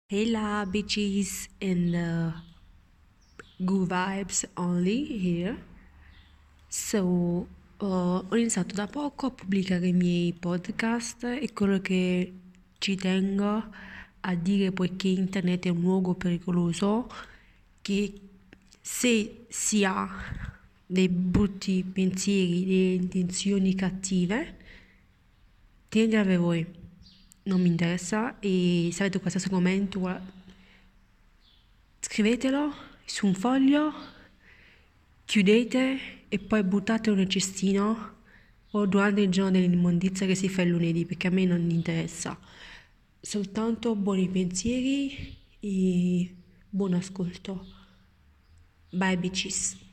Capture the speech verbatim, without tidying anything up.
Hey la bitches and uh, good vibes only here. So, uh, ho iniziato da poco a pubblicare i miei podcast e quello che ci tengo a dire, poiché internet è un luogo pericoloso, che se si ha dei brutti pensieri, delle intenzioni cattive, tenetele a voi, non mi interessa, e se avete qualsiasi argomento, guarda, scrivetelo su un foglio, chiudete e poi buttatelo nel cestino o durante il giorno dell'immondizia che si fa il lunedì, perché a me non interessa. Soltanto buoni pensieri e buon ascolto. Bye bitches.